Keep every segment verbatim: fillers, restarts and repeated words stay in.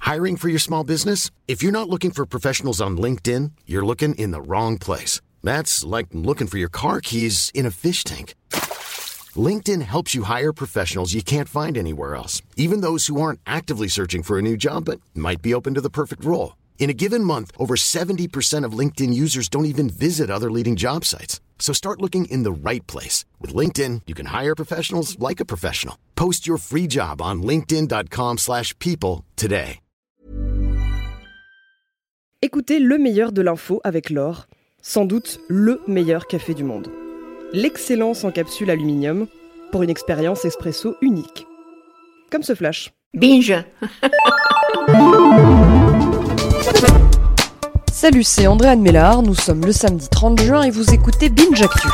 Hiring for your small business? If you're not looking for professionals on LinkedIn, you're looking in the wrong place. That's like looking for your car keys in a fish tank. LinkedIn helps you hire professionals you can't find anywhere else, even those who aren't actively searching for a new job but might be open to the perfect role. In a given month, over seventy percent of LinkedIn users don't even visit other leading job sites. So start looking in the right place. With LinkedIn, you can hire professionals like a professional. Post your free job on linkedin.com slash people today. Écoutez le meilleur de l'info avec L'Or, sans doute le meilleur café du monde. L'excellence en capsule aluminium pour une expérience espresso unique. Comme ce flash. Binge. Salut, c'est Andréane Mélard, nous sommes le samedi trente juin et vous écoutez Binge Actu.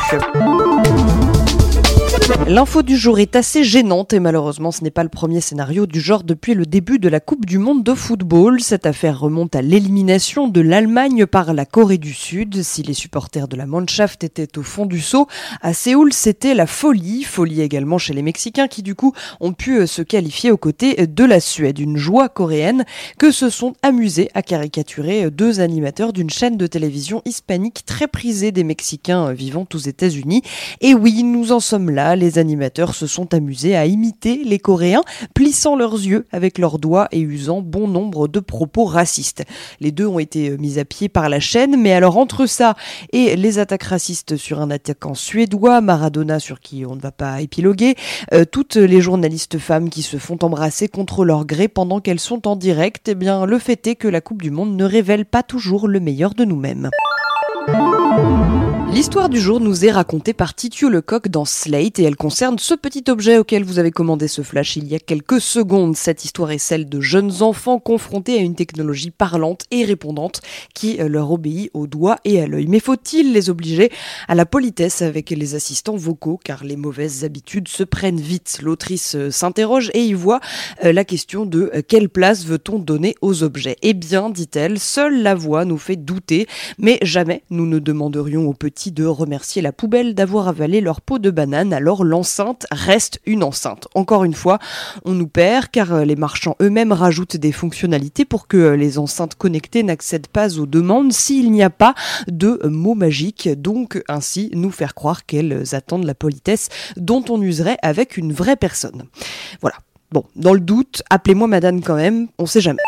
L'info du jour est assez gênante et malheureusement ce n'est pas le premier scénario du genre depuis le début de la Coupe du Monde de football. Cette affaire remonte à l'élimination de l'Allemagne par la Corée du Sud. Si les supporters de la Mannschaft étaient au fond du seau, à Séoul c'était la folie. Folie également chez les Mexicains qui du coup ont pu se qualifier aux côtés de la Suède. Une joie coréenne que se sont amusés à caricaturer deux animateurs d'une chaîne de télévision hispanique très prisée des Mexicains vivant aux États-Unis. Et oui, nous en sommes là. Les animateurs se sont amusés à imiter les Coréens, plissant leurs yeux avec leurs doigts et usant bon nombre de propos racistes. Les deux ont été mis à pied par la chaîne, mais alors entre ça et les attaques racistes sur un attaquant suédois, Maradona sur qui on ne va pas épiloguer, euh, toutes les journalistes femmes qui se font embrasser contre leur gré pendant qu'elles sont en direct, eh bien le fait est que la Coupe du Monde ne révèle pas toujours le meilleur de nous-mêmes. L'histoire du jour nous est racontée par Titiou Lecoq dans Slate et elle concerne ce petit objet auquel vous avez commandé ce flash il y a quelques secondes. Cette histoire est celle de jeunes enfants confrontés à une technologie parlante et répondante qui leur obéit au doigt et à l'œil. Mais faut-il les obliger à la politesse avec les assistants vocaux car les mauvaises habitudes se prennent vite. L'autrice s'interroge et y voit la question de quelle place veut-on donner aux objets. Eh bien, dit-elle, seule la voix nous fait douter, mais jamais nous ne demanderions aux petits de remercier la poubelle d'avoir avalé leur peau de banane, alors l'enceinte reste une enceinte. Encore une fois, on nous perd car les marchands eux-mêmes rajoutent des fonctionnalités pour que les enceintes connectées n'accèdent pas aux demandes s'il n'y a pas de mots magiques, donc ainsi nous faire croire qu'elles attendent la politesse dont on userait avec une vraie personne. Voilà. Bon, dans le doute, appelez-moi madame quand même, on sait jamais.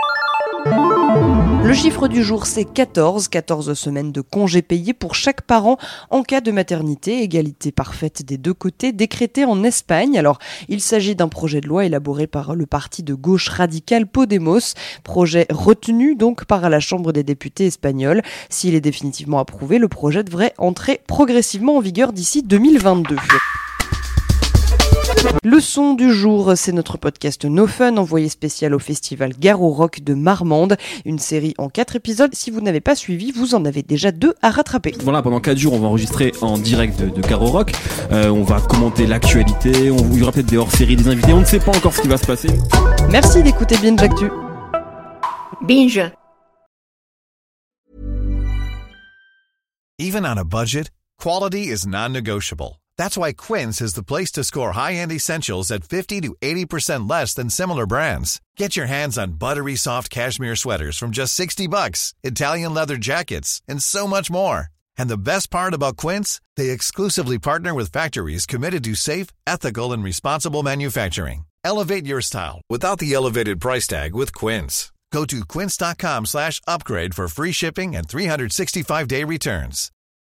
Le chiffre du jour, c'est quatorze, quatorze semaines de congés payés pour chaque parent en cas de maternité, égalité parfaite des deux côtés, décrétée en Espagne. Alors, il s'agit d'un projet de loi élaboré par le parti de gauche radical Podemos, projet retenu donc par la Chambre des députés espagnole. S'il est définitivement approuvé, le projet devrait entrer progressivement en vigueur d'ici deux mille vingt-deux. Le son du jour, c'est notre podcast No Fun, envoyé spécial au festival Garo Rock de Marmande. Une série en quatre épisodes. Si vous n'avez pas suivi, vous en avez déjà deux à rattraper. Voilà, pendant quatre jours, on va enregistrer en direct de, de Garo Rock. Euh, on va commenter l'actualité. On, il y aura peut-être des hors-séries, des invités. On ne sait pas encore ce qui va se passer. Merci d'écouter Binge Actu. Binge. Even on a budget, quality is non-negotiable. That's why Quince is the place to score high-end essentials at fifty to eighty percent less than similar brands. Get your hands on buttery soft cashmere sweaters from just sixty bucks, Italian leather jackets, and so much more. And the best part about Quince, they exclusively partner with factories committed to safe, ethical, and responsible manufacturing. Elevate your style without the elevated price tag with Quince. Go to quince.com slash upgrade for free shipping and three sixty-five day returns.